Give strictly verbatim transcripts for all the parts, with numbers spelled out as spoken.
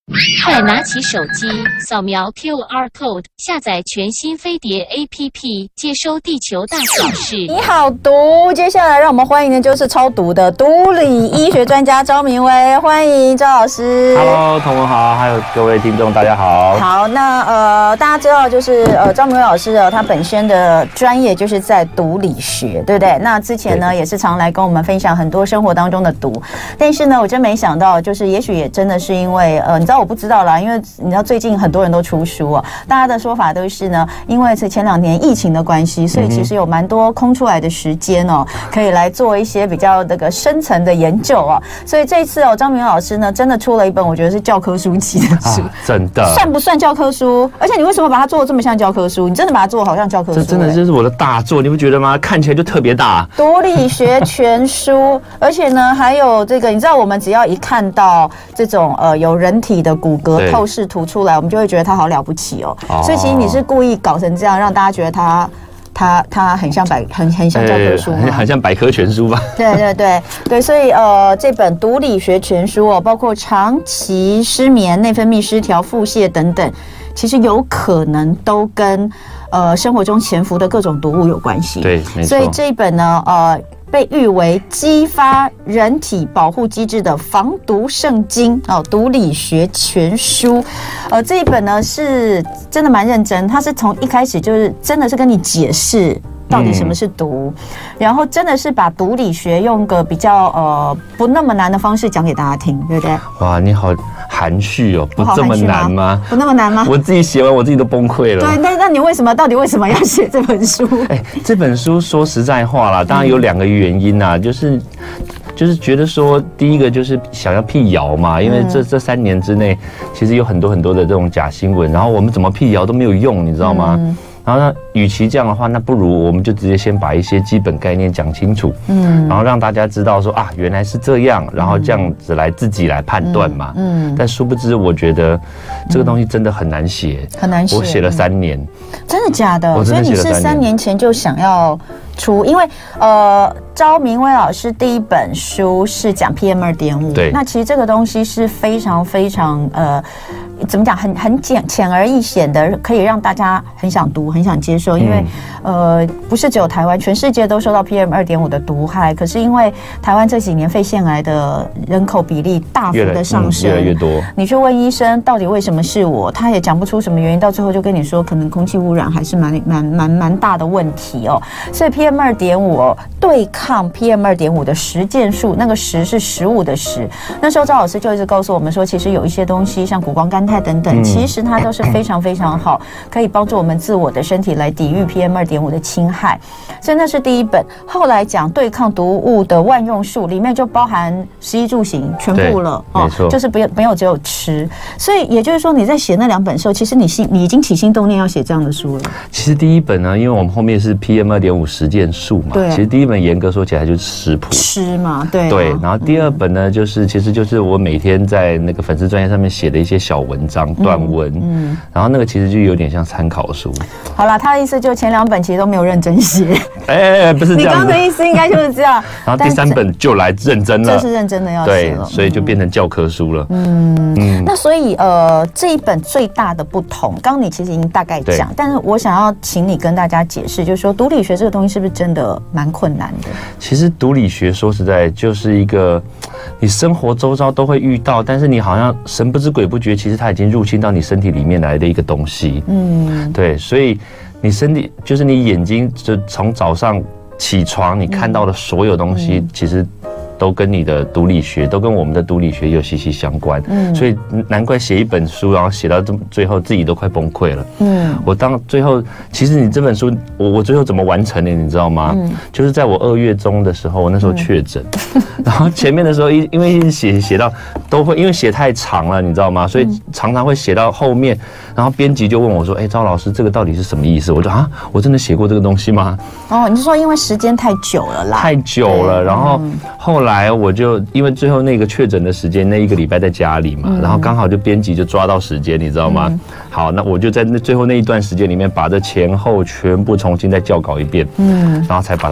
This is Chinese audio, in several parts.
快拿起手机，扫描 Q R code， 下载全新飞碟 A P P， 接收地球大小事。 你好毒，接下来让我们欢迎的就是超毒的毒理医学专家昭明威，欢迎昭老师。 Hello， 同文好，还有各位听众，大家好。 好，那呃，大家知道就是呃，昭明威老师的他本身的专业就是在毒理学，对不对？那之前呢也是常来跟我们分享很多生活当中的毒，但是呢，我真没想到，就是也许也真的是因为呃，你知道。我不知道啦，因为你知道最近很多人都出书哦，大家的说法都是呢，因为是前两年疫情的关系，所以其实有蛮多空出来的时间哦，可以来做一些比较那个深层的研究哦。所以这一次哦，昭明老师呢真的出了一本我觉得是教科书级的书， 啊、真的算不算教科书？而且你为什么把它做得这么像教科书？你真的把它做得好像教科书、欸？ 这真的就是我的大作，你不觉得吗？看起来就特别大。 毒理学全书，而且呢还有这个，你知道我们只要一看到这种呃有人体的骨骼透视图出来，我们就会觉得它好了不起哦。哦所以其实你是故意搞成这样，让大家觉得它它它很像百很很像教科书吗？ 欸、很像百科全书吧？ 对对对对，所以呃，这本毒理学全书哦，包括长期失眠、内分泌失调、腹泻等等，其实有可能都跟呃生活中潜伏的各种毒物有关系。 对，没错。 所以这一本呢，呃。被誉为激发人体保护机制的防毒圣经哦，毒理学全书，呃，这一本呢是真的蛮认真，它是从一开始就是真的是跟你解释到底什么是毒，嗯、然后真的是把毒理学用个比较呃不那么难的方式讲给大家听，对不对？ 哇，你好含蓄哦，不这么难吗？ 不那么难吗？ 我自己写完我自己都崩溃了。 对，那那你为什么到底为什么要写这本书？ 哎，这本书说实在话啦，当然有两个原因啊，就是就是觉得说，第一个就是想要辟谣嘛，因为这这三年之内，其实有很多很多的这种假新闻，然后我们怎么辟谣都没有用，你知道吗？嗯然后呢，与其这样的话，那不如我们就直接先把一些基本概念讲清楚，嗯，然后让大家知道说啊，原来是这样，然后这样子来自己来判断嘛，嗯。嗯但殊不知，我觉得这个东西真的很难写， 很难写。 我写了三年， 真的假的？ 我真的写了三年。 所以你是三年前就想要出，因为呃，昭明威老师第一本书是讲 P M 二点五，对，那其实这个东西是非常非常呃。怎么讲？很很简浅而易显的，可以让大家很想读、很想接受。因为、嗯、呃，不是只有台湾，全世界都受到 P M 二点五 的毒害。可是因为台湾这几年肺腺癌的人口比例大幅的上升， 越来、嗯、越来越多。 你去问医生，到底为什么是我？他也讲不出什么原因，到最后就跟你说，可能空气污染还是蛮蛮蛮蛮大的问题哦。所以 P M 二点五 哦，对抗 P M 二点五 的实践数，那个十是食物的十。那时候赵老师就一直告诉我们说，其实有一些东西，像谷胱甘肽等等，其实它都是非常非常好，可以帮助我们自我的身体来抵御 P M 二点五 的侵害。所以那是第一本。后来讲对抗毒物的万用术，里面就包含食衣住行全部了哦， 就是不没有只有吃。所以也就是说，你在写那两本时候，其实你心你已经起心动念要写这样的书了。 其实第一本呢，因为我们后面是 P M 二点五 实践术嘛，对，其实第一本严格说起来就是食谱， 吃嘛，对、啊、 对。然后第二本呢，就是其实就是我每天在那个粉丝专页上面写的一些小文章。短文，嗯，然后那个其实就有点像参考书。 好了，他的意思就前两本其实都没有认真写。 哎哎哎，不是这样子。 你刚刚的意思应该就是这样。 然后第三本就来认真了， 这是认真的要写了， 对，所以就变成教科书了。 嗯嗯。那所以呃，这一本最大的不同，刚刚你其实已经大概讲，但是我想要请你跟大家解释，就是说毒理学这个东西是不是真的蛮困难的？ 其实毒理学说实在就是一个你生活周遭都会遇到，但是你好像神不知鬼不觉，其实它已经入侵到你身体里面来的一个东西。嗯，对，所以你身体就是你眼睛，就从早上起床你看到的所有东西，嗯、其实都跟你的毒理学，都跟我们的毒理学有息息相关。嗯，所以难怪写一本书，然后写到这最后自己都快崩溃了。嗯，我当最后，其实你这本书，我我最后怎么完成的，你知道吗？嗯，就是在我二月中的时候，我那时候确诊，嗯、然后前面的时候因因为一直写写到都会，因为写太长了，你知道吗？所以常常会写到后面，然后编辑就问我说：“哎、欸，赵老师，这个到底是什么意思？”我说：“啊，我真的写过这个东西吗？” 哦，你是说因为时间太久了啦？ 太久了，然后后来。来我就因为最后那个确诊的时间那一个礼拜在家里嘛，嗯、然后刚好就编辑就抓到时间，你知道吗？嗯、好，那我就在那最后那一段时间里面，把这前后全部重新再校稿一遍，嗯，然后才把它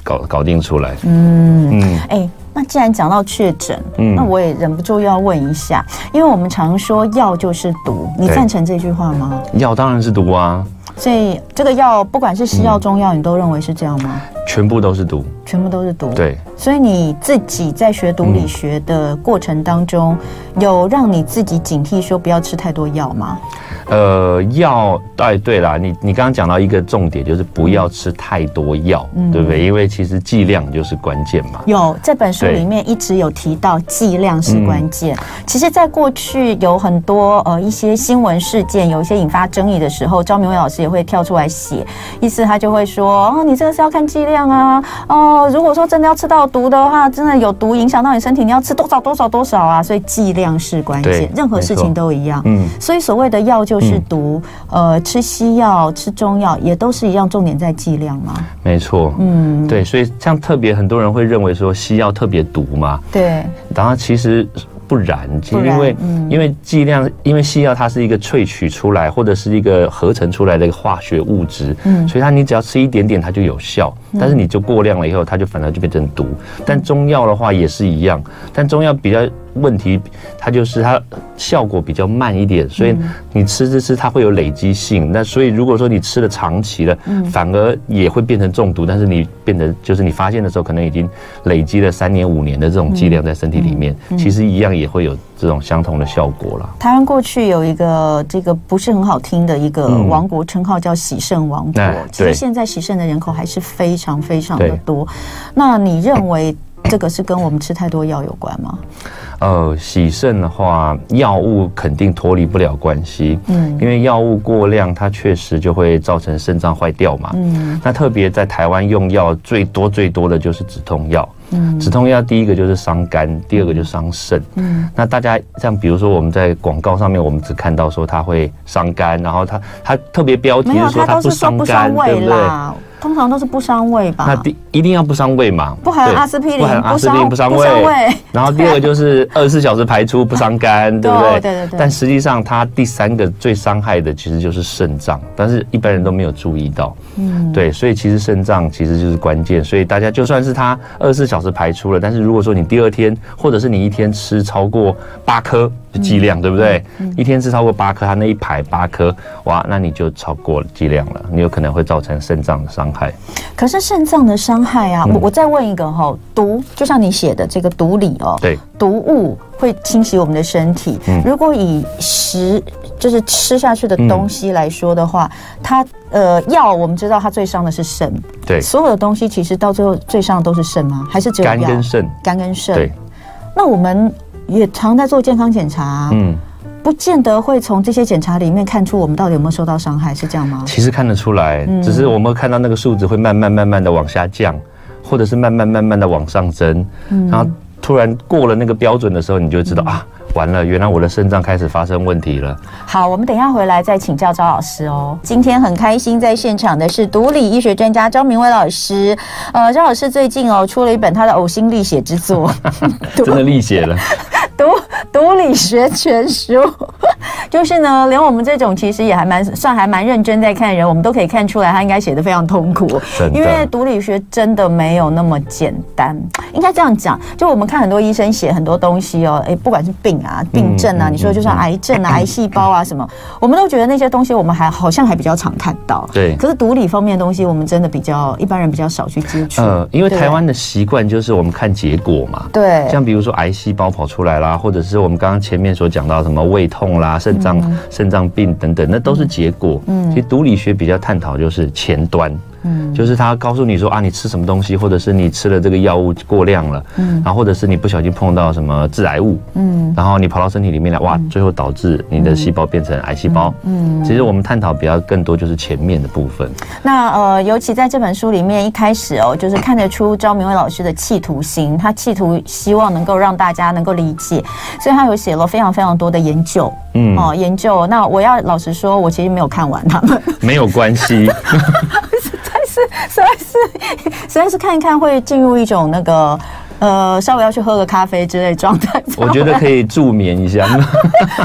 搞搞定出来。 嗯嗯，哎、欸。那既然讲到确诊，嗯，那我也忍不住要问一下，因为我们常说药就是毒，你赞成这句话吗？ 药当然是毒啊， 所以这个药不管是西药、中药，你都认为是这样吗？ 全部都是毒， 全部都是毒。 对， 所以你自己在学毒理学的过程当中，嗯、有让你自己警惕说不要吃太多药吗？ 呃，药，哎，对啦，你你刚刚讲到一个重点，就是不要吃太多药，嗯、对不对？因为其实剂量就是关键嘛。有这本书里面一直有提到剂量是关键。嗯、其实，在过去有很多呃一些新闻事件，有一些引发争议的时候，昭明威老师也会跳出来写，意思他就会说，哦，你这个是要看剂量啊，哦，如果说真的要吃到毒的话，真的有毒影响到你身体，你要吃多少多少多少啊，所以剂量是关键，任何事情都一样。嗯，所以所谓的药就。就是毒，嗯、呃，吃西药、吃中药也都是一样，重点在剂量嘛。 没错，嗯，对，所以像特别很多人会认为说西药特别毒嘛，对，然后其实不然，其实因为、嗯、因为剂量，因为西药它是一个萃取出来或者是一个合成出来的一个化学物质，嗯，所以它你只要吃一点点它就有效，嗯、但是你就过量了以后，它就反而就变成毒。但中药的话也是一样，但中药比较。问题它就是它效果比较慢一点，所以你吃吃吃它会有累积性。那所以如果说你吃了长期了，反而也会变成中毒。但是你变成就是你发现的时候，可能已经累积了三年五年的这种剂量在身体里面，其实一样也会有这种相同的效果啦。 台湾过去有一个这个不是很好听的一个王国称号叫洗肾王国，嗯、其实现在洗肾的人口还是非常非常的多。那你认为这个是跟我们吃太多药有关吗？ 呃，洗肾的话，药物肯定脱离不了关系，嗯，因为药物过量，它确实就会造成肾脏坏掉嘛，嗯，那特别在台湾用药最多最多的就是止痛药，嗯，止痛药第一个就是伤肝，第二个就是伤肾，嗯，那大家像比如说我们在广告上面，我们只看到说它会伤肝，然后它它特别标题是说它不伤肝，对不对？ 通常都是不伤胃吧？ 那第一定要不伤胃嘛？ 不含阿司匹林， 不含阿司匹林不伤胃。然后第二个就是二十四小时排出不伤肝，对不对？对对对。但实际上它第三个最伤害的其实就是肾脏，但是一般人都没有注意到。嗯，对，所以其实肾脏其实就是关键。所以大家就算是它二十四小时排出了，但是如果说你第二天或者是你一天吃超过八颗剂量，对不对？一天吃超过八颗，它那一排八颗，哇，那你就超过了剂量了，你有可能会造成肾脏的伤害。 可是肾脏的伤害啊，嗯、我我再问一个哈、哦，毒就像你写的这个毒理哦， 对， 毒物会侵袭我们的身体。嗯、如果以食就是吃下去的东西来说的话，嗯、它呃药我们知道它最伤的是肾， 对， 所有的东西其实到最后最伤的都是肾吗？还是只有药？ 肝跟肾， 肝跟肾。 对， 那我们也常在做健康检查、啊，嗯。不见得会从这些检查里面看出我们到底有没有受到伤害，是这样吗？ 其实看得出来，嗯、只是我们看到那个数值会慢慢慢慢的往下降，或者是慢慢慢慢的往上增，嗯、然后突然过了那个标准的时候，你就会知道、嗯、啊，完了，原来我的肾脏开始发生问题了。 好，我们等一下回来再请教昭老师哦。今天很开心在现场的是毒理医学专家昭明威老师。呃，昭老师最近哦出了一本他的呕心沥血之作， 真的沥血了。 毒毒理学全书，就是呢，连我们这种其实也还蛮算还蛮认真在看的人，我们都可以看出来，他应该写得非常痛苦。因为毒理学真的没有那么简单，应该这样讲。就我们看很多医生写很多东西哦，哎，不管是病啊、病症啊，嗯、你说就算癌症啊、嗯、癌细胞啊什么，我们都觉得那些东西我们还好像还比较常看到。 对。 可是毒理方面的东西，我们真的比较一般人比较少去接触。 呃，因为台湾的习惯就是我们看结果嘛。 对。 像比如说癌细胞跑出来啦，或者是我们刚刚前面所讲到什么胃痛啦、肾脏、嗯、肾脏病等等，那都是结果。嗯，其实毒理学比较探讨就是前端。嗯，就是他告诉你说啊，你吃什么东西，或者是你吃了这个药物过量了，嗯，然后或者是你不小心碰到什么致癌物，嗯，然后你跑到身体里面来，哇，最后导致你的细胞变成癌细胞，嗯，其实我们探讨比较更多就是前面的部分。 那呃，尤其在这本书里面，一开始哦，就是看得出昭明威老师的企图心，他企图希望能够让大家能够理解，所以他有写了非常非常多的研究，嗯，哦，研究。那我要老实说，我其实没有看完他们， 没有关系。 实在是，实在是看一看会进入一种那个呃，稍微要去喝个咖啡之类的状态。 我觉得可以助眠一下。 没有，但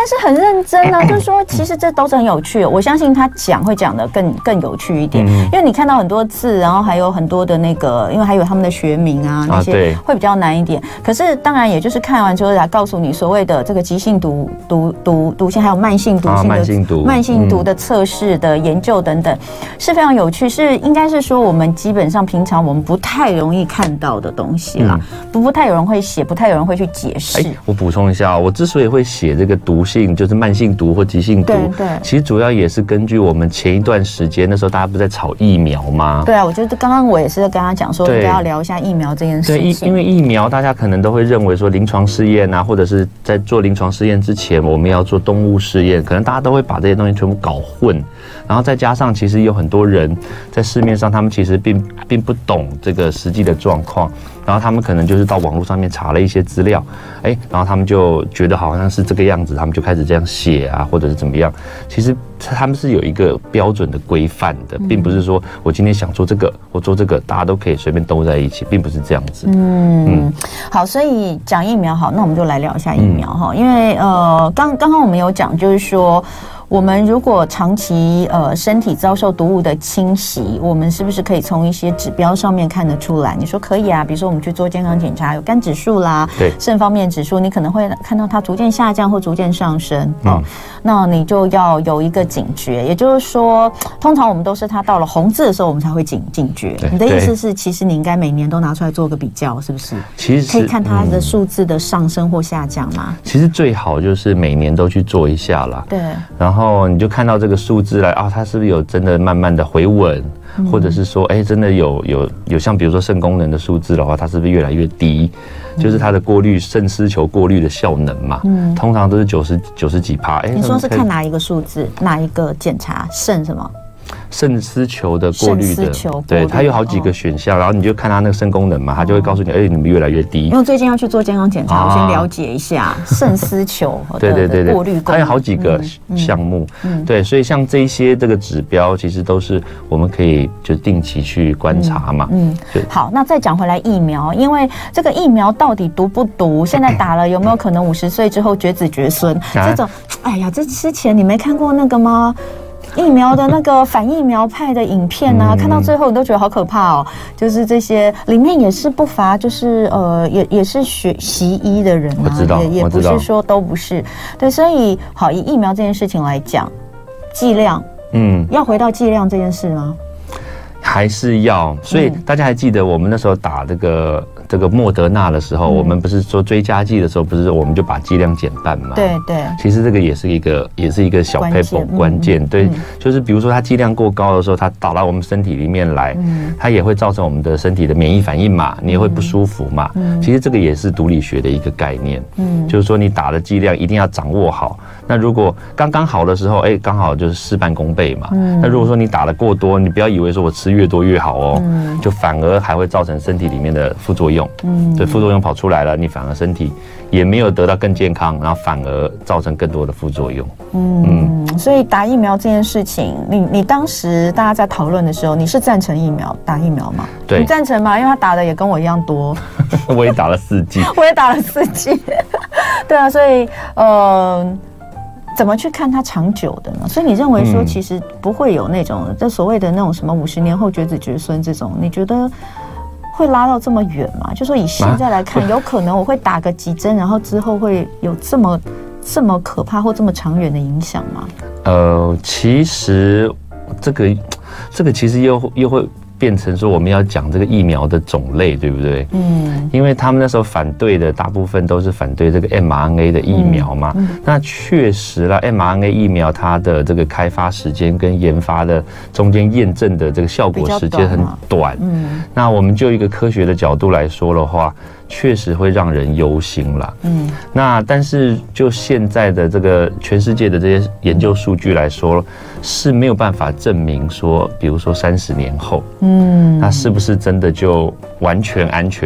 但是很认真啊，就是说其实这都是很有趣的。我相信他讲会讲得更更有趣一点，因为你看到很多字，然后还有很多的那个，因为还有他们的学名啊那些会比较难一点。可是当然也就是看完之后来告诉你所谓的这个急性毒毒毒毒性，还有慢性毒性的慢性毒慢性毒的测试的研究等等，是非常有趣，是应该是说我们基本上平常我们不太容易看到的东西啦，不不太有人会写，不太有人会去解释。哎， 我补充一下，我之所以会写这个毒性，就是慢性毒或急性毒，对对，其实主要也是根据我们前一段时间那时候大家不是在炒疫苗吗？ 对啊，我觉得刚刚我也是在跟他讲说，应该要聊一下疫苗这件事情。 对，因为疫苗大家可能都会认为说临床试验啊，或者是在做临床试验之前，我们要做动物试验，可能大家都会把这些东西全部搞混，然后再加上其实有很多人在市面上，他们其实并并不懂这个实际的状况，然后他们可能就是到网络上面查了一些资料，哎，然后他们就觉得好像是这个样子，他们就开始这样写啊，或者是怎么样。其实他们是有一个标准的规范的，并不是说我今天想做这个，我做这个，大家都可以随便兜在一起，并不是这样子。嗯嗯，好，所以讲疫苗好，那我们就来聊一下疫苗哈，嗯、因为呃，刚刚刚我们有讲，就是说。我们如果长期呃身体遭受毒物的侵袭，我们是不是可以从一些指标上面看得出来？你说可以啊，比如说我们去做健康检查，有肝指数啦，对，肾方面指数，你可能会看到它逐渐下降或逐渐上升哦，嗯、那你就要有一个警觉。也就是说，通常我们都是它到了红字的时候，我们才会警警觉。你的意思是，其实你应该每年都拿出来做个比较，是不是？ 其实可以看它的数字的上升或下降吗？ 其实最好就是每年都去做一下啦。 对， 然后。然后你就看到这个数字来啊，它是不是有真的慢慢的回稳，嗯、或者是说，哎，真的有有有像比如说肾功能的数字的话，它是不是越来越低？嗯、就是它的过滤肾丝球过滤的效能嘛，嗯，通常都是九十九十几趴。哎， 你说是看哪一个数字，哪一个检查肾什么？ 肾丝球的过滤的，对，它有好几个选项，然后你就看它那个肾功能嘛，它就会告诉你，哎、欸，你们越来越低。 因为最近要去做健康检查，啊、我先了解一下肾丝球的对对对对过滤功能， 它有好几个项目，嗯嗯、对，所以像这一些这个指标，其实都是我们可以就定期去观察嘛。 嗯，嗯好，那再讲回来疫苗，因为这个疫苗到底毒不毒？现在打了有没有可能五十岁之后绝子绝孙？啊、这种，哎呀，这之前你没看过那个吗？疫苗的那个反疫苗派的影片啊，嗯、看到最后你都觉得好可怕哦。就是这些里面也是不乏，就是呃，也也是学习医的人啊， 我知道， 也也不是说都不是。对，所以好，以疫苗这件事情来讲，剂量，嗯，要回到剂量这件事吗？ 还是要，所以大家还记得我们那时候打这个这个莫德纳的时候，嗯、我们不是说追加剂的时候，不是我们就把剂量减半嘛？ 对对。 其实这个也是一个也是一个小 paper 关键，嗯、对，嗯、就是比如说它剂量过高的时候，它打到我们身体里面来，嗯、它也会造成我们的身体的免疫反应嘛，你也会不舒服嘛。嗯、其实这个也是毒理学的一个概念，嗯，就是说你打的剂量一定要掌握好。那如果刚刚好的时候，哎，刚好就是事半功倍嘛。嗯。那如果说你打的过多，你不要以为说我吃越多越好哦，嗯、就反而还会造成身体里面的副作用。嗯。对，副作用跑出来了，你反而身体也没有得到更健康，然后反而造成更多的副作用。 嗯。嗯所以打疫苗这件事情，你你当时大家在讨论的时候，你是赞成疫苗打疫苗吗？ 对。 你赞成吗？因为他打的也跟我一样多。 我也打了四剂。 我也打了四剂。对啊，所以呃。怎么去看它长久的呢？所以你认为说，其实不会有那种这所谓的那种什么五十年后绝子绝孙这种，你觉得会拉到这么远吗？就说以现在来看，啊、有可能我会打个几针，然后之后会有这么这么可怕或这么长远的影响吗？呃， 其实这个这个其实又又会。变成说我们要讲这个疫苗的种类，对不对？嗯，因为他们那时候反对的大部分都是反对这个 M R N A 的疫苗嘛。嗯嗯、那确实啦 ，M R N A 疫苗它的这个开发时间跟研发的中间验证的这个效果时间很短。嗯，那我们就一个科学的角度来说的话，确实会让人忧心啦。嗯，那但是就现在的这个全世界的这些研究数据来说，是没有办法证明说，比如说三十年后。嗯，那是不是真的就完全安全？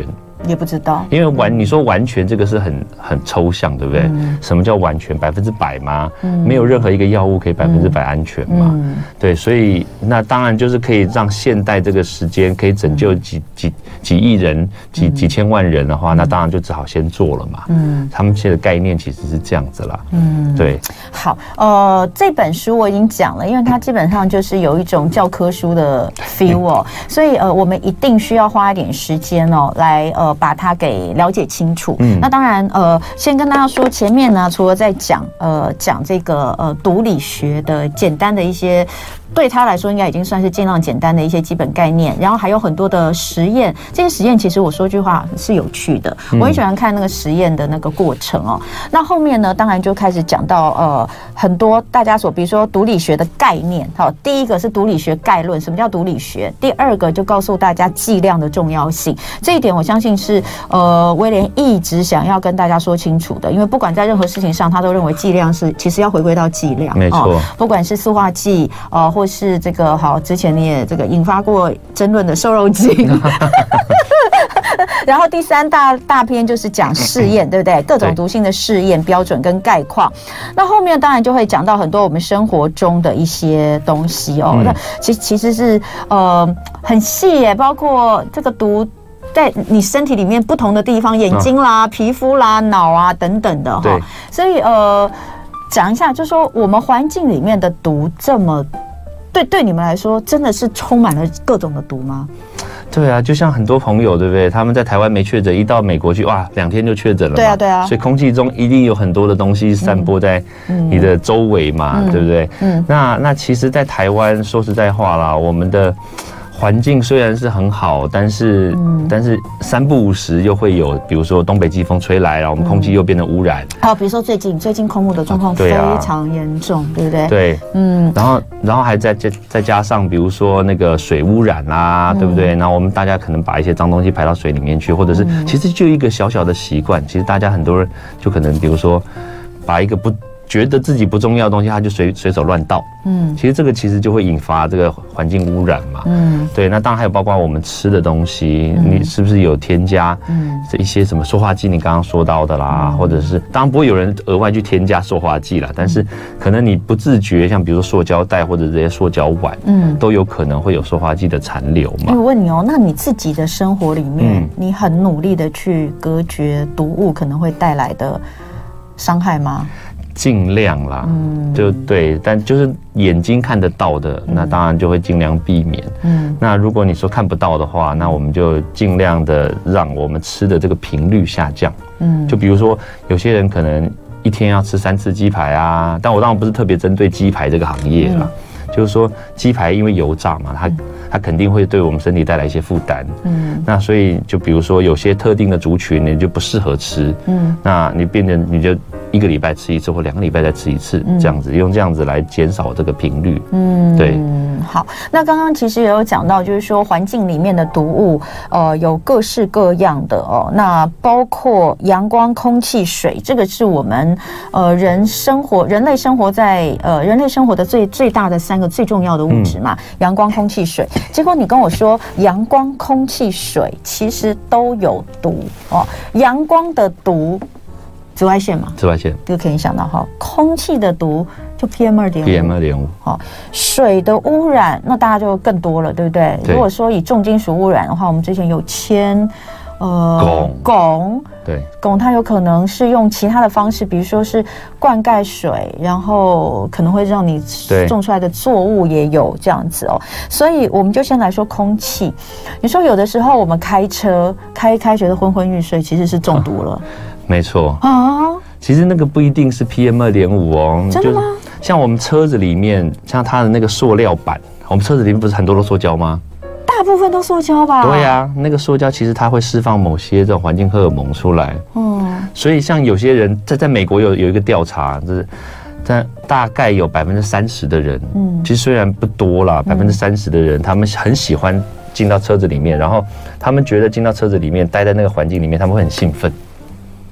也不知道， 因为完你说完全这个是很很抽象，对不对？嗯、什么叫完全？百分之百吗？嗯、没有任何一个药物可以百分之百安全嘛？嗯、对，所以那当然就是可以让现代这个时间可以拯救几几几亿人、几几千万人的话，那当然就只好先做了嘛。嗯，他们现在的概念其实是这样子啦。嗯，对。 好，呃，这本书我已经讲了，因为它基本上就是有一种教科书的 feel 哦，所以呃，我们一定需要花一点时间哦，来呃把它给了解清楚。嗯，那当然呃，先跟大家说，前面呢，除了在讲呃讲这个呃毒理学的简单的一些。对他来说，应该已经算是尽量简单的一些基本概念，然后还有很多的实验。这些实验其实我说句话是有趣的，我很喜欢看那个实验的那个过程哦。那后面呢，当然就开始讲到呃很多大家所，比如说毒理学的概念。好，第一个是毒理学概论，什么叫毒理学？第二个就告诉大家剂量的重要性。这一点我相信是呃威廉一直想要跟大家说清楚的，因为不管在任何事情上，他都认为剂量是其实要回归到剂量， 没错、哦， 不管是塑化剂呃。或是这个好，之前你也这个引发过争论的瘦肉精，然后第三大大篇就是讲试验，对不对？各种毒性的试验标准跟概况。那后面当然就会讲到很多我们生活中的一些东西哦。那、嗯、其其实是呃很细耶，包括这个毒在你身体里面不同的地方，眼睛啦、哦、皮肤啦、脑啊等等的哈。所以呃讲一下，就说我们环境里面的毒这么。对，对你们来说，真的是充满了各种的毒吗？ 对啊，就像很多朋友，对不对？他们在台湾没确诊，一到美国去，哇，两天就确诊了嘛。 对啊，对啊。 所以空气中一定有很多的东西散播在你的周围嘛，嗯、对不对？嗯。那那其实，在台湾说实在话啦，我们的环境虽然是很好，但是、嗯、但是三不五时又会有，比如说东北季风吹来，然后我们空气又变得污染。 还有比如说最近最近空污的状况非常严重，对不对？ 对，嗯，然后然后还再再再加上比如说那个水污染啦，嗯、对不对？然后我们大家可能把一些脏东西排到水里面去，或者是、嗯、其实就一个小小的习惯，其实大家很多人就可能比如说把一个不。觉得自己不重要的东西，他就随随手乱倒。嗯，其实这个其实就会引发这个环境污染嘛。嗯，对。那当然还有包括我们吃的东西，嗯、你是不是有添加嗯这一些什么塑化剂？你刚刚说到的啦，嗯、或者是当然不会有人额外去添加塑化剂啦，但是可能你不自觉，像比如说塑胶袋或者这些塑胶碗，嗯，都有可能会有塑化剂的残留嘛。 我问你哦，那你自己的生活里面，嗯、你很努力的去隔绝毒物可能会带来的伤害吗？ 尽量啦，嗯，就对，但就是眼睛看得到的，嗯、那当然就会尽量避免。嗯，那如果你说看不到的话，那我们就尽量的让我们吃的这个频率下降。嗯，就比如说有些人可能一天要吃三次鸡排啊，但我当然不是特别针对鸡排这个行业啦。嗯、就是说鸡排因为油炸嘛，它它肯定会对我们身体带来一些负担。嗯，那所以就比如说有些特定的族群你就不适合吃。嗯，那你变成你就。一个礼拜吃一次或两个礼拜再吃一次，嗯、这样子用这样子来减少这个频率。嗯，对。 好，那刚刚其实也有讲到，就是说环境里面的毒物，呃，有各式各样的哦。那包括阳光、空气、水，这个是我们呃人生活、人类生活在呃人类生活的最最大的三个最重要的物质嘛。嗯、阳光、空气、水。结果你跟我说，阳光、空气、水其实都有毒哦。阳光的毒。紫外线嘛， 紫外线这个可以想到哈，空气的毒就 P M 二点五 ，P M 二点五， 好，水的污染那大家就更多了，对不对？对，如果说以重金属污染的话，我们之前有铅，呃，汞，对，汞它有可能是用其他的方式，比如说是灌溉水，然后可能会让你种出来的作物也有这样子哦。所以我们就先来说空气，你说有的时候我们开车开一开觉得昏昏欲睡，其实是中毒了。啊没错啊，其实那个不一定是 P M 二点五 哦， 真的吗？ 像我们车子里面，像它的那个塑料板，我们车子里面不是很多都塑胶吗？ 大部分都塑胶吧？ 对啊，那个塑胶其实它会释放某些这种环境荷尔蒙出来。嗯，所以像有些人在在美国有有一个调查，就是在大概有百分之三十的人，嗯，其实虽然不多啦，百分之三十的人，他们很喜欢进到车子里面，然后他们觉得进到车子里面，待在那个环境里面，他们会很兴奋。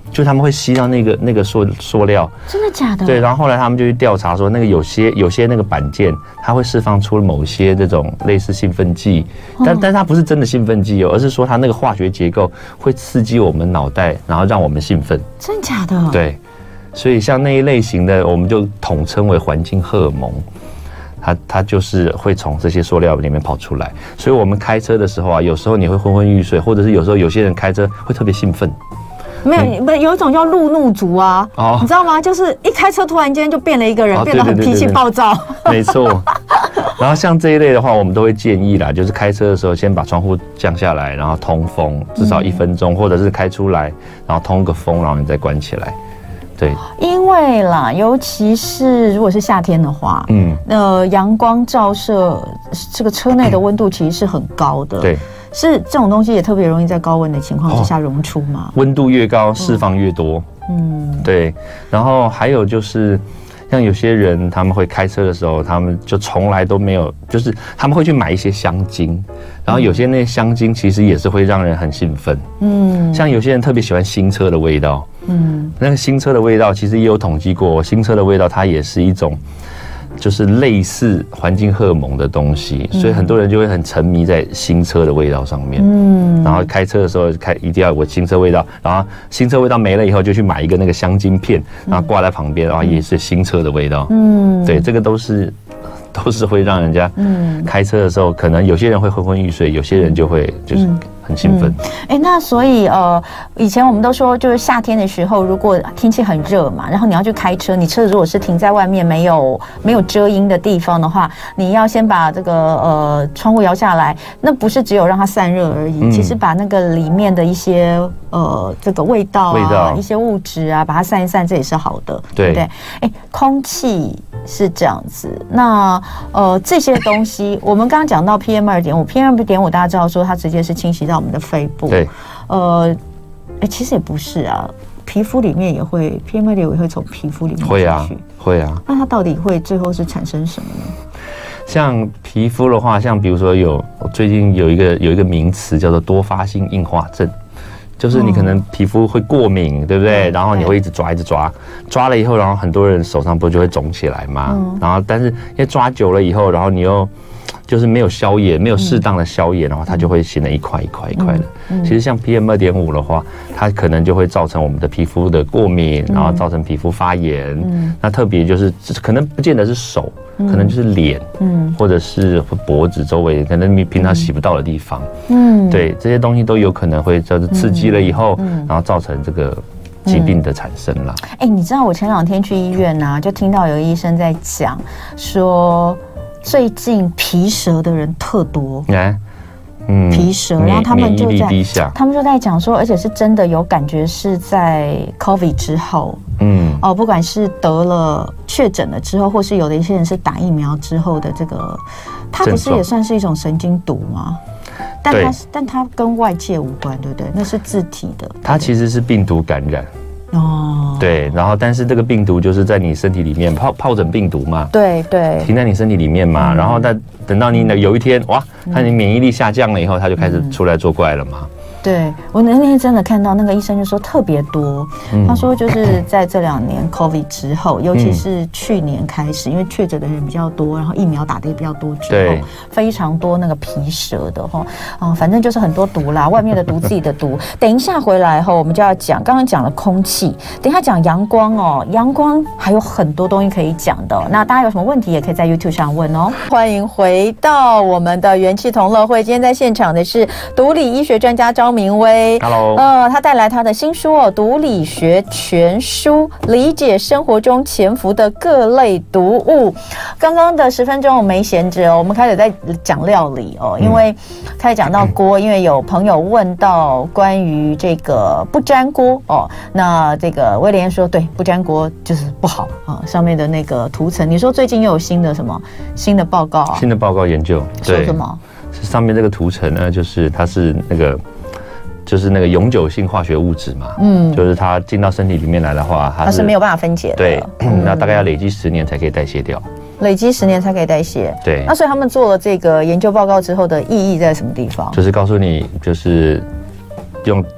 就他们会吸到那个那个塑塑料。 真的假的？ 对，然后后来他们就去调查说，那个有些有些那个板件，它会释放出某些这种类似兴奋剂，但但是它不是真的兴奋剂哦，而是说它那个化学结构会刺激我们脑袋，然后让我们兴奋。 真的假的？ 对，所以像那一类型的，我们就统称为环境荷尔蒙。它它就是会从这些塑料里面跑出来，所以我们开车的时候啊，有时候你会昏昏欲睡，或者是有时候有些人开车会特别兴奋。 没有，不、嗯、有一种叫路怒族啊，哦、你知道吗？就是一开车突然间就变了一个人，哦、变得很脾气暴躁。 没错。然后像这一类的话，我们都会建议啦，就是开车的时候先把窗户降下来，然后通风，至少一分钟，嗯、或者是开出来，然后通个风，然后你再关起来。对， 因为啦，尤其是如果是夏天的话，嗯，呃，阳光照射，这个车内的温度其实是很高的。对，是这种东西也特别容易在高温的情况之下溶出嘛。 温度越高，释放越多。嗯，对。然后还有就是，像有些人他们会开车的时候，他们就从来都没有，就是他们会去买一些香精，然后有些那些香精其实也是会让人很兴奋。嗯，像有些人特别喜欢新车的味道。嗯，那个新车的味道其实也有统计过，新车的味道它也是一种，就是类似环境荷尔蒙的东西，嗯、所以很多人就会很沉迷在新车的味道上面。嗯，然后开车的时候开一定要有新车味道，然后新车味道没了以后就去买一个那个香精片，然后挂在旁边，然后也是新车的味道。嗯，对，这个都是都是会让人家嗯开车的时候，可能有些人会昏昏欲睡，有些人就会就是。很兴奋， 哎、嗯欸，那所以呃，以前我们都说，就是夏天的时候，如果天气很热嘛，然后你要去开车，你车如果是停在外面没有没有遮阴的地方的话，你要先把这个呃窗户摇下来，那不是只有让它散热而已，嗯、其实把那个里面的一些呃这个味道啊、味道一些物质啊，把它散一散，这也是好的，对不对？哎、欸，空气是这样子，那呃这些东西，我们刚刚讲到 P M 二点五，P M 二点五大家知道说它直接是侵袭到我们的肺部，对，呃，哎，其实也不是啊，皮肤里面也会 P M 二点五也会从皮肤里面会啊，会啊。 那它到底会最后是产生什么呢？ 像皮肤的话，像比如说有最近有一个有一个名词叫做多发性硬化症，就是你可能皮肤会过敏，嗯、对不对？然后你会一直抓，一直抓，抓了以后，然后很多人手上不就会肿起来嘛？嗯、然后但是因为抓久了以后，然后你又就是没有消炎，没有适当的消炎，然后它就会形成一块一块一块的。嗯嗯、其实像 P M 二点五 的话，它可能就会造成我们的皮肤的过敏，然后造成皮肤发炎。嗯、那特别就是可能不见得是手，嗯、可能就是脸，嗯、或者是脖子周围，可能你平常洗不到的地方。嗯，对，这些东西都有可能会就是刺激了以后，嗯、然后造成这个疾病的产生啦。 哎、嗯欸，你知道我前两天去医院啊，就听到有个医生在讲说，最近皮蛇的人特多，哎，嗯，皮蛇，然后他们就在，他们就在讲说，而且是真的有感觉是在 COVID 之后，嗯，哦，不管是得了确诊了之后，或是有的一些人是打疫苗之后的这个，它不是也算是一种神经毒吗？但它但它跟外界无关，对不对？那是自体的， 它其实是病毒感染。哦，对，然后但是这个病毒就是在你身体里面疱疱疹病毒嘛， 对对， 停在你身体里面嘛，嗯、然后但等到你有一天哇，它你免疫力下降了以后，它就开始出来作怪了嘛。嗯对，我那天真的看到那个医生就说特别多，嗯、他说就是在这两年 COVID 之后，尤其是去年开始，因为确诊的人比较多，然后疫苗打的也比较多之后，非常多那个皮蛇的哈，啊，反正就是很多毒啦，外面的毒，自己的毒。等一下回来后，我们就要讲，刚刚讲了空气，等一下讲阳光哦，阳光还有很多东西可以讲的、哦。那大家有什么问题也可以在 YouTube 上问哦。欢迎回到我们的元气同乐会，今天在现场的是毒理医学专家张明威 ，Hello， 呃，他带来他的新书哦，《毒理学全书》，理解生活中潜伏的各类毒物。刚刚的十分钟我没闲着，我们开始在讲料理哦，因为开始讲到锅，因为有朋友问到关于这个不粘锅哦，那这个威廉说对，不粘锅就是不好啊，上面的那个涂层，你说最近又有新的什么新的报告啊？ 新的报告研究说什么？ 上面这个涂层呢，就是它是那个。就是那个永久性化学物质嘛，嗯，就是它进到身体里面来的话，它 是, 它是没有办法分解的， 对，嗯、那大概要累积十年才可以代谢掉， 累积十年才可以代谢， 对。 那所以他们做了这个研究报告之后的意义在什么地方？ 就是告诉你，就是用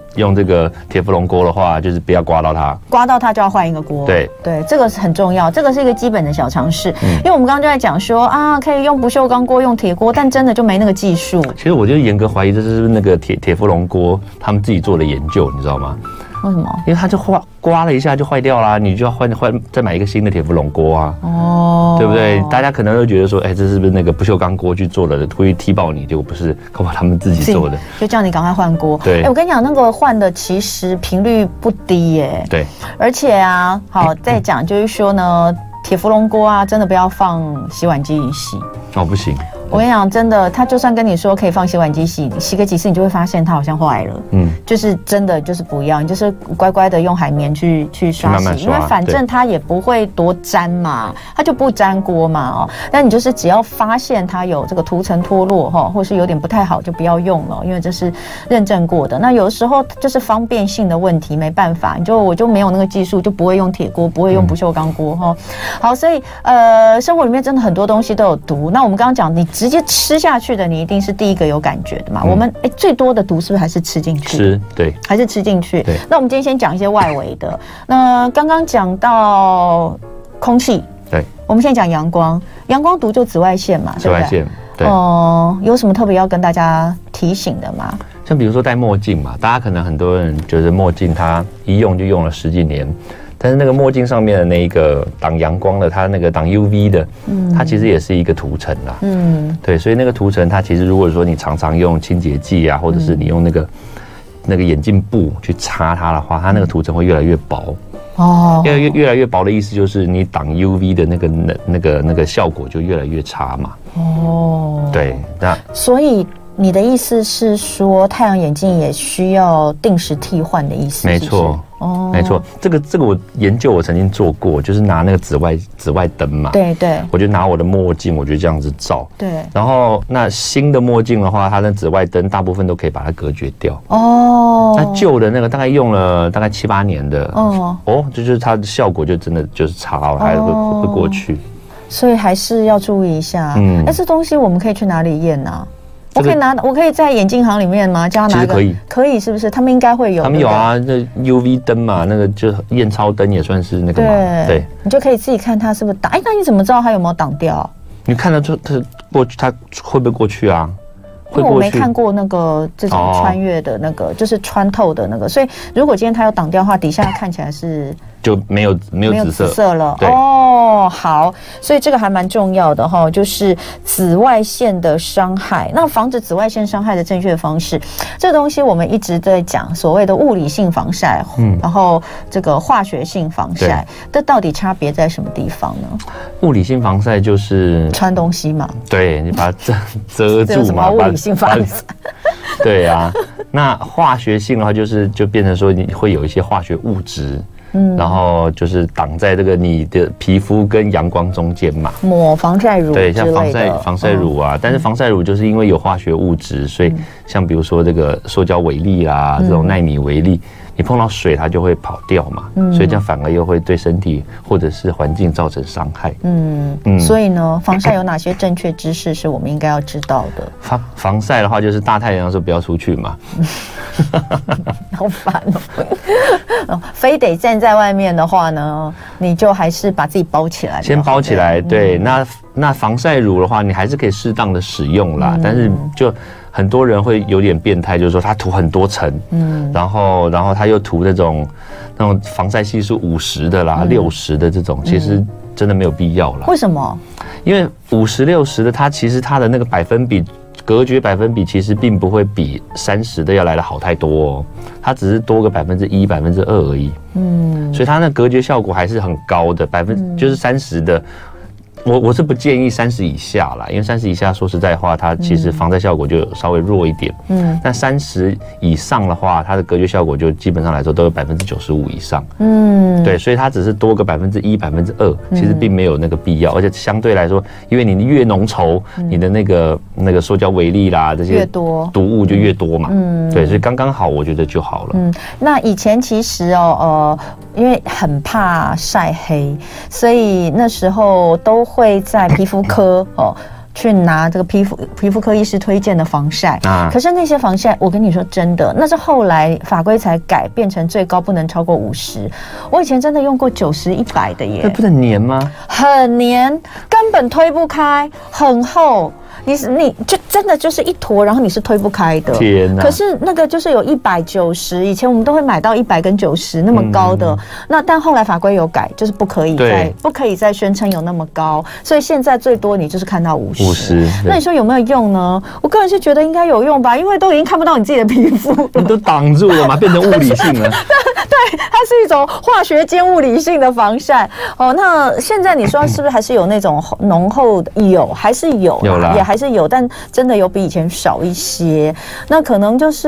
用这个铁氟龙锅的话，就是不要刮到它， 刮到它就要换一个锅。 对对，这个是很重要，这个是一个基本的小常识。嗯、因为我们刚刚就在讲说啊，可以用不锈钢锅，用铁锅，但真的就没那个技术。 其实我就严格怀疑这是不是那个铁铁氟龙锅他们自己做的研究，你知道吗？ 为什么？ 因为它就刮刮了一下就坏掉啦，你就要换换再买一个新的铁氟龙锅啊， 哦， 对不对？大家可能都觉得说，哎，这是不是那个不锈钢锅去做的，故意踢爆你？结果不是，搞不好他们自己做的， 就叫你赶快换锅。 对， 哎，我跟你讲，那个换的其实频率不低耶。 对， 而且啊，好再讲就是说呢，铁氟龙锅啊，真的不要放洗碗机里洗。 哦，不行。 我跟你讲，真的，他就算跟你说可以放洗碗机洗，洗个几次，你就会发现它好像坏了。嗯，就是真的就是不要，你就是乖乖的用海绵去去刷洗，慢慢刷，因为反正它也不会多粘嘛，它就不粘锅嘛哦。但你就是只要发现它有这个涂层脱落哈，或是有点不太好，就不要用了，因为这是认证过的。那有的时候就是方便性的问题，没办法，你就我就没有那个技术，就不会用铁锅，不会用不锈钢锅哈。好，所以呃，生活里面真的很多东西都有毒。那我们刚刚讲你。直接吃下去的，你一定是第一个有感觉的嘛。嗯、我们哎，最多的毒是不是还是吃进去？ 吃，对， 还是吃进去。 对。 那我们今天先讲一些外围的。那刚刚讲到空气， 对。 我们现在讲阳光，阳光毒就紫外线嘛， 紫外线，对。 哦、呃，有什么特别要跟大家提醒的吗？ 像比如说戴墨镜嘛，大家可能很多人觉得墨镜它一用就用了十几年。但是那个墨镜上面的那一个挡阳光的，它那个挡 U V 的，嗯，它其实也是一个涂层啦，嗯，对，所以那个涂层它其实如果说你常常用清洁剂啊，或者是你用那个、嗯、那个眼镜布去擦它的话，它那个涂层会越来越薄。哦，越来越越来越薄的意思就是你挡 U V 的那个那那个那个效果就越来越差嘛。哦，对，那所以。你的意思是说，太阳眼镜也需要定时替换的意思？ 没错，哦，没错，这个这个我研究我曾经做过，就是拿那个紫外紫外灯嘛， 对对， 我就拿我的墨镜，我就这样子照， 对， 然后那新的墨镜的话，它的紫外灯大部分都可以把它隔绝掉， 哦， 那旧的那个大概用了大概七八年的，哦哦，就是它的效果就真的就是差了，还会会过去， 所以还是要注意一下，嗯，哎，这东西我们可以去哪里验呢？我可以拿，我可以在眼镜行里面吗？叫他拿个， 可以， 可以，是不是？他们应该会有， 他们有啊，那 U V 灯嘛，那个就验钞灯也算是那个嘛，对，对你就可以自己看它是不是挡。哎，那你怎么知道它有没有挡掉？ 你看得出它过去，它会不会过去啊？ 因为我没看过那个这种穿越的那个，哦、就是穿透的那个，所以如果今天它有挡掉的话，底下看起来是就没有没有紫色紫色了。 对哦，好，所以这个还蛮重要的哈，就是紫外线的伤害。那防止紫外线伤害的正确方式，这东西我们一直在讲所谓的物理性防晒，嗯，然后这个化学性防晒，这到底差别在什么地方呢？ 物理性防晒就是穿东西嘛， 对你把它遮遮住嘛， 物理性防晒。 对啊，那化学性的话，就是就变成说你会有一些化学物质。嗯，然后就是挡在这个你的皮肤跟阳光中间嘛， 抹防晒乳， 对，像防晒防晒乳啊，嗯、但是防晒乳就是因为有化学物质，所以像比如说这个塑胶微粒啦，嗯、这种奈米微粒，你碰到水它就会跑掉嘛，嗯、所以这样反而又会对身体或者是环境造成伤害。嗯嗯，所以呢，防晒有哪些正确知识是我们应该要知道的？ 防防晒的话，就是大太阳的时候不要出去嘛。 好烦哦！非得站在外面的话呢，你就还是把自己包起来。 先包起来，对。嗯、那那防晒乳的话，你还是可以适当的使用啦，嗯、但是就很多人会有点变态，就是说他涂很多层，嗯，然后然后他又涂那种那种防晒系数五十的啦、六十、嗯、的这种，其实真的没有必要啦。 为什么？ 因为五十、六十的，它其实它的那个百分比。隔绝百分比其实并不会比三十的要来的好太多哦，它只是多个百分之一、百分之二而已。嗯，所以它那隔绝效果还是很高的，百分、嗯、就是三十的。我我是不建议三十以下啦，因为三十以下说实在话，它其实防晒效果就稍微弱一点。嗯，但三十以上的话，它的隔绝效果就基本上来说都有百分之九十五以上。嗯，对，所以它只是多个百分之一、百分之二，其实并没有那个必要，而且相对来说，因为你越浓稠，你的那个那个塑胶微粒啦这些越多， 毒物就越多嘛。嗯，对，所以刚刚好，我觉得就好了。 嗯，那以前其实哦，呃，因为很怕晒黑，所以那时候都会在皮肤科哦去拿这个皮肤皮肤科医师推荐的防晒啊。可是那些防晒，我跟你说真的，那是后来法规才改变成最高不能超过五十。我以前真的用过九十、一百的耶。 这不能黏吗？ 很黏，根本推不开，很厚。你是你就真的就是一坨，然后你是推不开的。 天哪！ 可是那个就是有一百九十，以前我们都会买到一百跟九十那么高的。嗯、那但后来法规有改，就是不可以再不可以再宣称有那么高，所以现在最多你就是看到五十。五十。那你说有没有用呢？我个人是觉得应该有用吧，因为都已经看不到你自己的皮肤了， 你都挡住了嘛，变成物理性了。 对，它是一种化学兼物理性的防晒。哦，那现在你说是不是还是有那种浓厚的？有，还是有， 有啦， 也还是有，但真的有比以前少一些。那可能就是。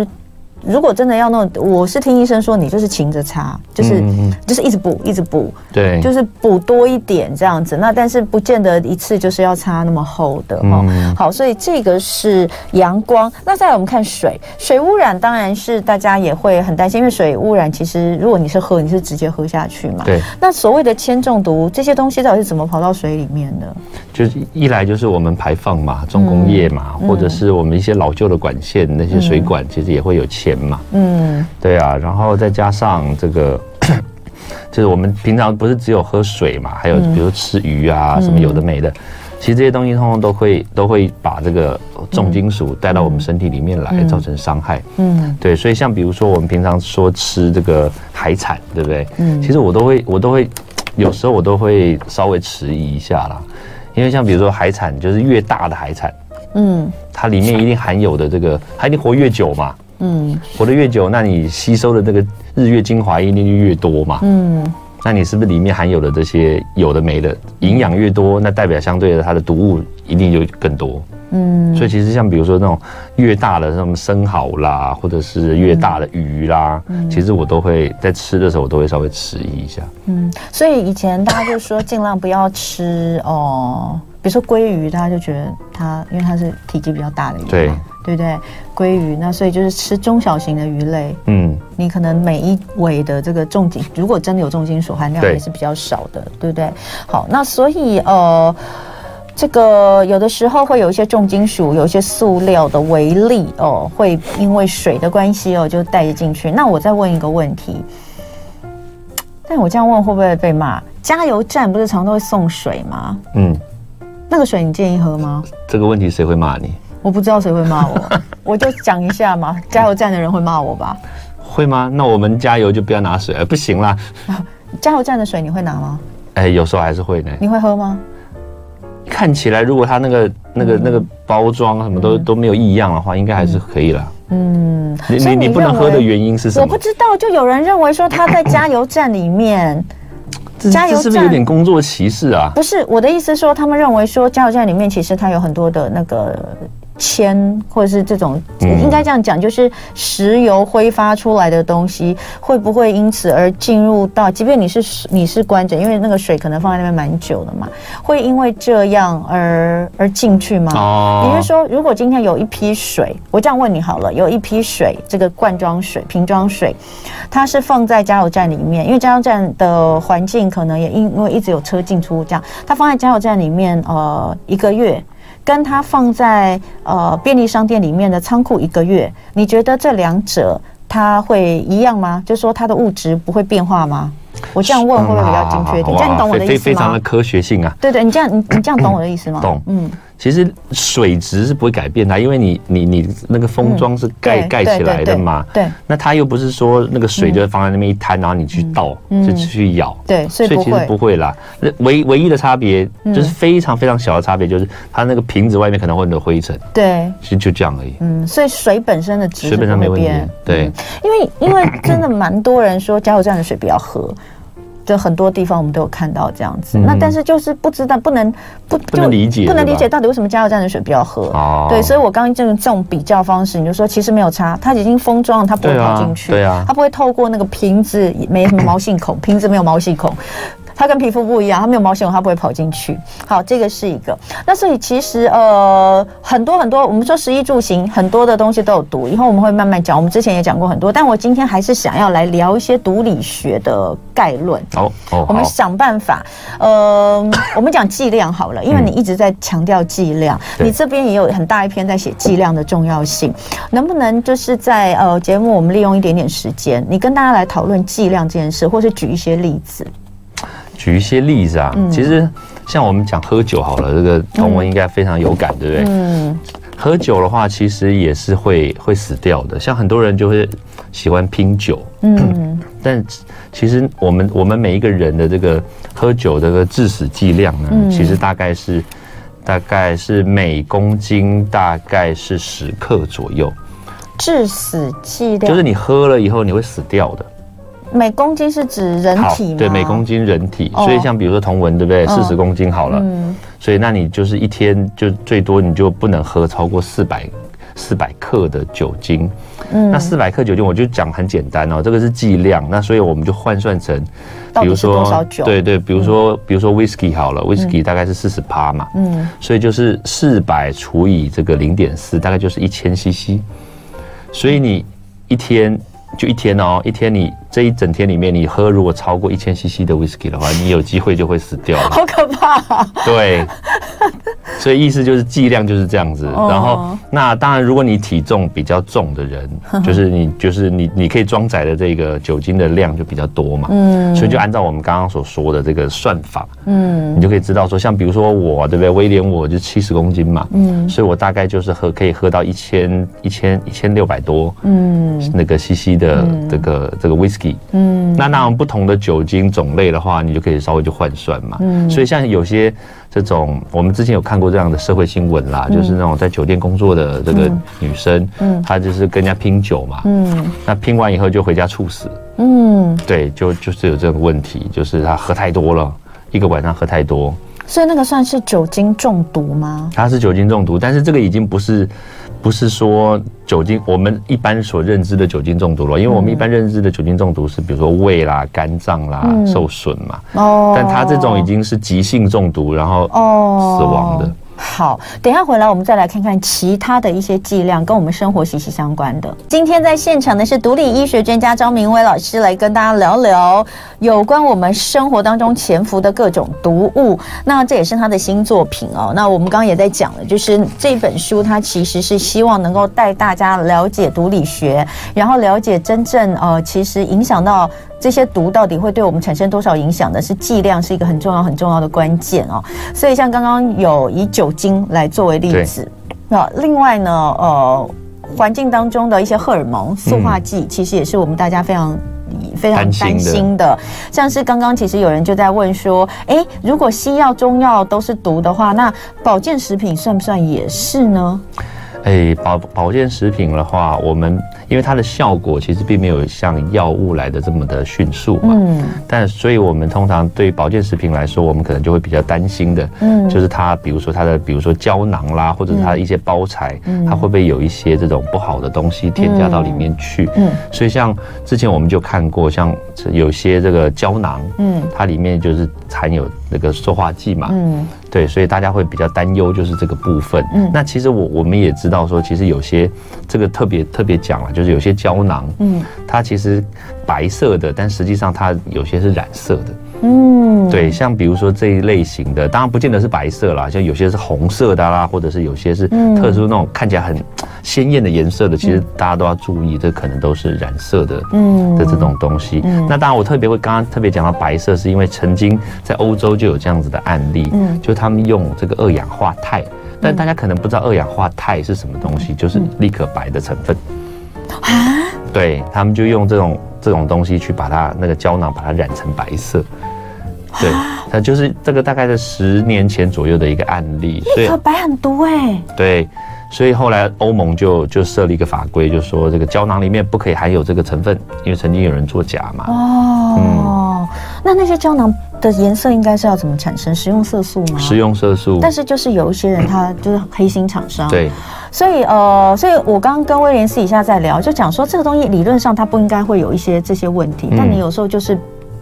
如果真的要弄，我是听医生说，你就是勤着擦，就是嗯嗯就是一直补，一直补，对，就是补多一点这样子。那但是不见得一次就是要擦那么厚的哈、嗯。好，所以这个是阳光。那再来我们看水，水污染当然是大家也会很担心，因为水污染其实如果你是喝，你是直接喝下去嘛。对。那所谓的铅中毒这些东西到底是怎么跑到水里面的？就是一来就是我们排放嘛，重工业嘛，嗯、或者是我们一些老旧的管线，那些水管其实也会有铅嘛。嗯，对啊，然后再加上这个，就是我们平常不是只有喝水嘛，还有比如吃鱼啊、嗯、什么有的没的，其实这些东西通通都会都会把这个重金属带到我们身体里面来，嗯、造成伤害。嗯，对，所以像比如说我们平常说吃这个海产，对不对？嗯，其实我都会我都会有时候我都会稍微迟疑一下啦，因为像比如说海产，就是越大的海产，嗯，它里面一定含有的这个，它一定活越久嘛。嗯，活得越久，那你吸收的这个日月精华一定就越多嘛。嗯，那你是不是里面含有的这些有的没的营养越多，那代表相对的它的毒物一定就更多。嗯，所以其实像比如说那种越大的什么生蚝啦，或者是越大的鱼啦，嗯、其实我都会在吃的时候我都会稍微迟疑一下。嗯， 所以以前大家就说尽量不要吃哦，比如说鲑鱼，大家就觉得它因为它是体积比较大的鱼嘛。对。对不对？鲑鱼，那所以就是吃中小型的鱼类，嗯，你可能每一尾的这个重金，如果真的有重金属含量也是比较少的， 对, 对不对？好，那所以呃，这个有的时候会有一些重金属，有一些塑料的微粒哦，会因为水的关系哦，就带进去。那我再问一个问题，但我这样问会不会被骂？加油站不是常都会送水吗？嗯，那个水你建议喝吗？ 这个问题谁会骂你？ 我不知道谁会骂我，我就讲一下嘛。加油站的人会骂我吧？ 会吗？那我们加油就不要拿水了，不行啦。 加油站的水你会拿吗？ 哎、欸，有时候还是会呢。 你会喝吗？ 看起来如果它那个那个、嗯、那个包装什么都、嗯、都没有异样的话，应该还是可以啦。嗯，你你你不能喝的原因是什么？ 我不知道，就有人认为说他在加油站里面。 加油站这是不是有点工作歧视啊？ 不是，我的意思说，他们认为说加油站里面其实它有很多的那个铅，或者是这种、嗯、应该这样讲，就是石油挥发出来的东西，会不会因此而进入到，即便你是你是关着，因为那个水可能放在那边蛮久的嘛，会因为这样而而进去吗？哦，也就是说，如果今天有一批水，我这样问你好了，有一批水，这个罐装水、瓶装水，它是放在加油站里面，因为加油站的环境可能也因为一直有车进出这样，它放在加油站里面，呃，一个月。跟它放在呃便利商店里面的仓库一个月，你觉得这两者它会一样吗？就是说它的物质不会变化吗？我这样问会不会比较精确一点？这样你懂我的意思吗？ 非常的科学性啊！ 对对，你这样你你这样懂我的意思吗？ 懂，嗯。其实水质是不会改变它，因为你你你那个封装是盖盖、嗯、起来的嘛。对。对那它又不是说那个水就放在那边一滩，然后你去倒，嗯、就去舀。对，所以不会。所以其实不会啦。唯唯一的差别就是非常非常小的差别，就是它那个瓶子外面可能会有灰尘。对。其实就这样而已。嗯， 所以水本身的质水本身没问题。对、嗯。 因为因为真的蛮多人说加油站的水不要喝。就很多地方我们都有看到这样子，嗯、那但是就是不知道不能不不能理解， 不能理解到底为什么加油站的水不要喝。哦，对，所以我刚刚这种这种比较方式，你就说其实没有差，它已经封装了，它不会跑进去，对啊，它不会透过那个瓶子没什么毛细孔，瓶子没有毛细孔。 它跟皮肤不一样，它没有毛细孔，它不会跑进去。好，这个是一个。那所以其实呃很多很多，我们说食衣住行很多的东西都有毒，以后我们会慢慢讲。我们之前也讲过很多，但我今天还是想要来聊一些毒理学的概论。 哦哦， 我们想办法。呃，我们讲剂量好了，因为你一直在强调剂量，嗯、你这边也有很大一篇在写剂量的重要性。能不能就是在呃节目我们利用一点点时间，你跟大家来讨论剂量这件事，或是举一些例子？ 举一些例子啊，嗯、其实像我们讲喝酒好了，这个同文应该非常有感，嗯、对不对？嗯，喝酒的话，其实也是会会死掉的。像很多人就会喜欢拼酒，嗯，但其实我们我们每一个人的这个喝酒这个致死剂量呢，嗯、其实大概是大概是每公斤大概是十克左右。 致死剂量就是你喝了以后你会死掉的。 每公斤是指人体吗？ 对，每公斤人体。哦、所以像比如说同文，对不对？四十公斤好了，嗯、所以那你就是一天就最多你就不能喝超过四百四百克的酒精。嗯，那四百克酒精我就讲很简单哦，这个是剂量。那所以我们就换算成，比如说多少酒？对对，比如说、嗯、比如说 whisky 好了 ，whisky 大概是四十趴嘛，嗯，所以就是四百除以这个零点四，大概就是一千 C C。所以你一天。就一天哦，一天你这一整天里面，你喝如果超过一千 C C 的 whisky 的话，你有机会就会死掉了。 好可怕啊！ 对，所以意思就是剂量就是这样子。哦、然后那当然，如果你体重比较重的人，就是你就是你你可以装载的这个酒精的量就比较多嘛。嗯。所以就按照我们刚刚所说的这个算法，嗯，你就可以知道说，像比如说我对不对？威廉我就七十公斤嘛，嗯，所以我大概就是喝可以喝到一千一千一千六百多，嗯，那个 C C 的这个、嗯、这个 whisky， 嗯，那那不同的酒精种类的话，你就可以稍微就换算嘛，嗯，所以像有些这种我们之前有看过这样的社会新闻啦，嗯、就是那种在酒店工作的这个女生，嗯，她就是跟人家拼酒嘛，嗯，那拼完以后就回家猝死，嗯，对，就就是有这个问题，就是她喝太多了，一个晚上喝太多。 所以那个算是酒精中毒吗？ 它是酒精中毒，但是这个已经不是不是说酒精我们一般所认知的酒精中毒了，因为我们一般认知的酒精中毒是比如说胃啦、肝脏啦、嗯、受损嘛，哦，但它这种已经是急性中毒，然后死亡的。哦， 好，等一下回来我们再来看看其他的一些剂量跟我们生活息息相关的。今天在现场的是毒理医学专家张明威老师，来跟大家聊聊有关我们生活当中潜伏的各种毒物。那这也是他的新作品哦。那我们刚刚也在讲了，就是这本书它其实是希望能够带大家了解毒理学，然后了解真正呃其实影响到这些毒到底会对我们产生多少影响的，是剂量是一个很重要很重要的关键哦。所以像刚刚有以酒精来作为例子，那另外呢，呃，环境当中的一些荷尔蒙、塑化剂，其实也是我们大家非常非常担心的。像是刚刚其实有人就在问说，哎，如果西药、中药都是毒的话，那保健食品算不算也是呢？ 哎，保保健食品的话，我们因为它的效果其实并没有像药物来的这么的迅速嘛，嗯，但所以我们通常对保健食品来说，我们可能就会比较担心的，嗯，就是它，比如说它的，比如说胶囊啦，或者是它的一些包材，嗯，它会不会有一些这种不好的东西添加到里面去？嗯，所以像之前我们就看过，像有些这个胶囊，嗯，它里面就是含有那个塑化剂嘛，嗯，对，所以大家会比较担忧，就是这个部分。嗯，那其实我我们也知道说，其实有些这个特别特别讲了，就是有些胶囊，嗯，它其实白色的，但实际上它有些是染色的。嗯，对，像比如说这一类型的，当然不见得是白色啦，像有些是红色的啦，或者是有些是特殊那种看起来很鲜艳的颜色的，其实大家都要注意，这可能都是染色的，嗯，的这种东西。嗯，那当然我特别会刚刚特别讲到白色，是因为曾经在欧洲就有这样子的案例，嗯，就他们用这个二氧化钛，但大家可能不知道二氧化钛是什么东西，就是立可白的成分。啊？对，他们就用这种这种东西去把它那个胶囊把它染成白色。对，它就是这个大概是十年前左右的一个案例，所以立可白很毒哎。 对，所以后来欧盟就就设立一个法规，就说这个胶囊里面不可以含有这个成分，因为曾经有人作假嘛。哦，嗯， 那那些胶囊的颜色应该是要怎么产生？食用色素吗？ 食用色素。但是就是有一些人他就是黑心厂商。 对。 所以呃，所以我刚刚跟威廉私底下在聊，就讲说这个东西理论上它不应该会有一些这些问题，嗯，但你有时候就是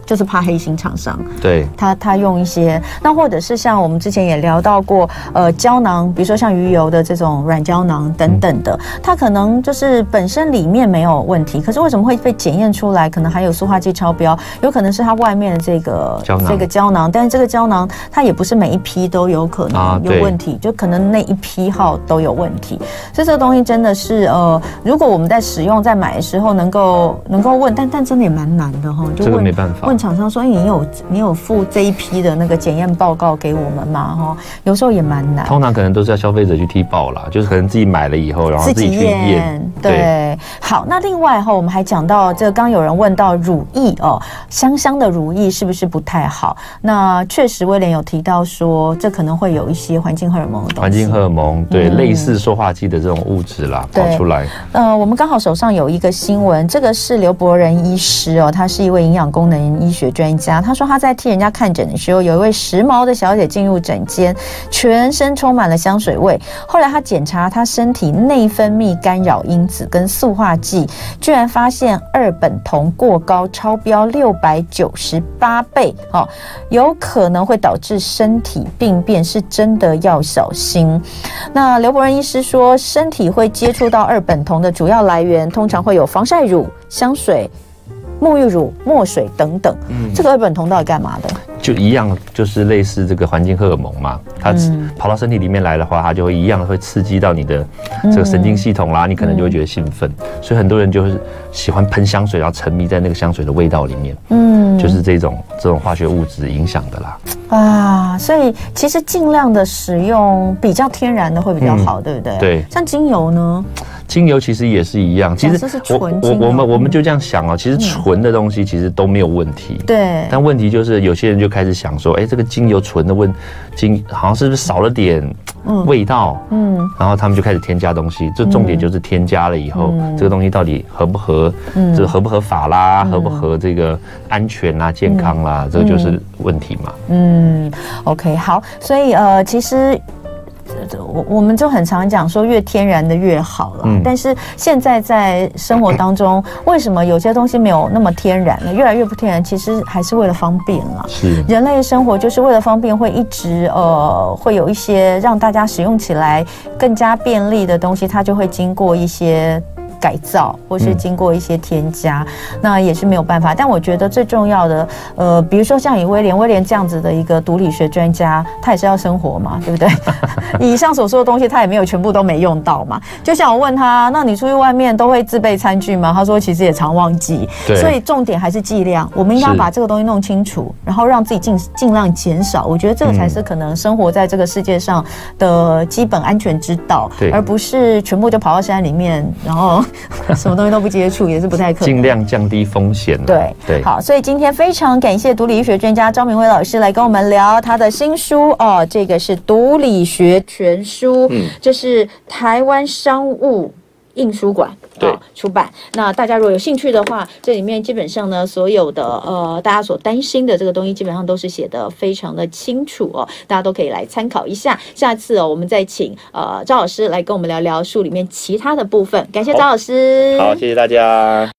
就是怕黑心厂商， 对， 他他用一些，那或者是像我们之前也聊到过，呃，胶囊，比如说像鱼油的这种软胶囊等等的，嗯、它可能就是本身里面没有问题，可是为什么会被检验出来，可能还有塑化剂超标？有可能是它外面的这个胶囊， 这个胶囊，但是这个胶囊它也不是每一批都有可能有问题，啊、就可能那一批号都有问题，所以这个东西真的是呃，如果我们在使用在买的时候能够能够问，但但真的也蛮难的哈，就问这个没办法。 厂商说：“哎，你有你有附这一批的那个检验报告给我们吗？哈，有时候也蛮难。 通常可能都是要消费者去提报啦，就是可能自己买了以后，然后自己去验。 对，对好，那另外哈，我们还讲到这个，刚有人问到乳液哦，香香的乳液是不是不太好？那确实，威廉有提到说，这可能会有一些环境荷尔蒙的东西。 环境荷尔蒙对、嗯、类似塑化剂的这种物质啦，跑出来。 呃，我们刚好手上有一个新闻，这个是刘伯仁医师哦，他是一位营养功能医学专家，他说他在替人家看诊的时候，有一位时髦的小姐进入诊间，全身充满了香水味。后来他检查他身体内分泌干扰因子跟塑化剂，居然发现二苯酮过高，超标六百九十八倍，哦，有可能会导致身体病变，是真的要小心。那刘伯仁医师说，身体会接触到二苯酮的主要来源，通常会有防晒乳、香水、沐浴乳、墨水等等。嗯，这个二苯酮到底干嘛的？ 就一样，就是类似这个环境荷尔蒙嘛，它跑到身体里面来的话，它就会一样会刺激到你的这个神经系统啦，你可能就会觉得兴奋，所以很多人就是喜欢喷香水，然后沉迷在那个香水的味道里面，嗯，就是这种这种化学物质影响的啦。 啊，所以其实尽量的使用比较天然的会比较好，嗯、对不对？ 对， 像精油呢？ 精油其实也是一样，其实我我我们我们就这样想哦，其实纯的东西其实都没有问题，对。但问题就是有些人就开始想说，哎，这个精油纯的问精好像是不是少了点味道？嗯，然后他们就开始添加东西，这重点就是添加了以后，嗯、这个东西到底合不合，嗯、这个合不合法啦，嗯、合不合这个安全啦、健康啦，嗯、这个就是问题嘛。 嗯 ，OK， 好，所以呃，其实。我我们就很常讲说越天然的越好了，嗯、但是现在在生活当中，为什么有些东西没有那么天然呢？越来越不天然，其实还是为了方便啦。是人类生活就是为了方便，会一直呃会有一些让大家使用起来更加便利的东西，它就会经过一些改造，或是经过一些添加，嗯、那也是没有办法。但我觉得最重要的，呃，比如说像以威廉，威廉这样子的一个毒理学专家，他也是要生活嘛，对不对？以上所说的东西，他也没有全部都没用到嘛。就像我问他，那你出去外面都会自备餐具吗？他说其实也常忘记。所以重点还是剂量，我们应该把这个东西弄清楚，然后让自己尽尽量减少。我觉得这个才是可能生活在这个世界上的基本安全之道，而不是全部就跑到山里面，然后。什么东西都不接触也是不太可能， 尽量降低风险。 对对，好，所以今天非常感谢毒理医学专家张明辉老师来跟我们聊他的新书哦，这个是《毒理学全书》，嗯，这是台湾商务印书馆对、哦、出版。那大家如果有兴趣的话，这里面基本上呢，所有的呃大家所担心的这个东西，基本上都是写得非常的清楚哦，大家都可以来参考一下。下次哦，我们再请呃赵老师来跟我们聊聊书里面其他的部分。感谢赵老师， 好，好，谢谢大家。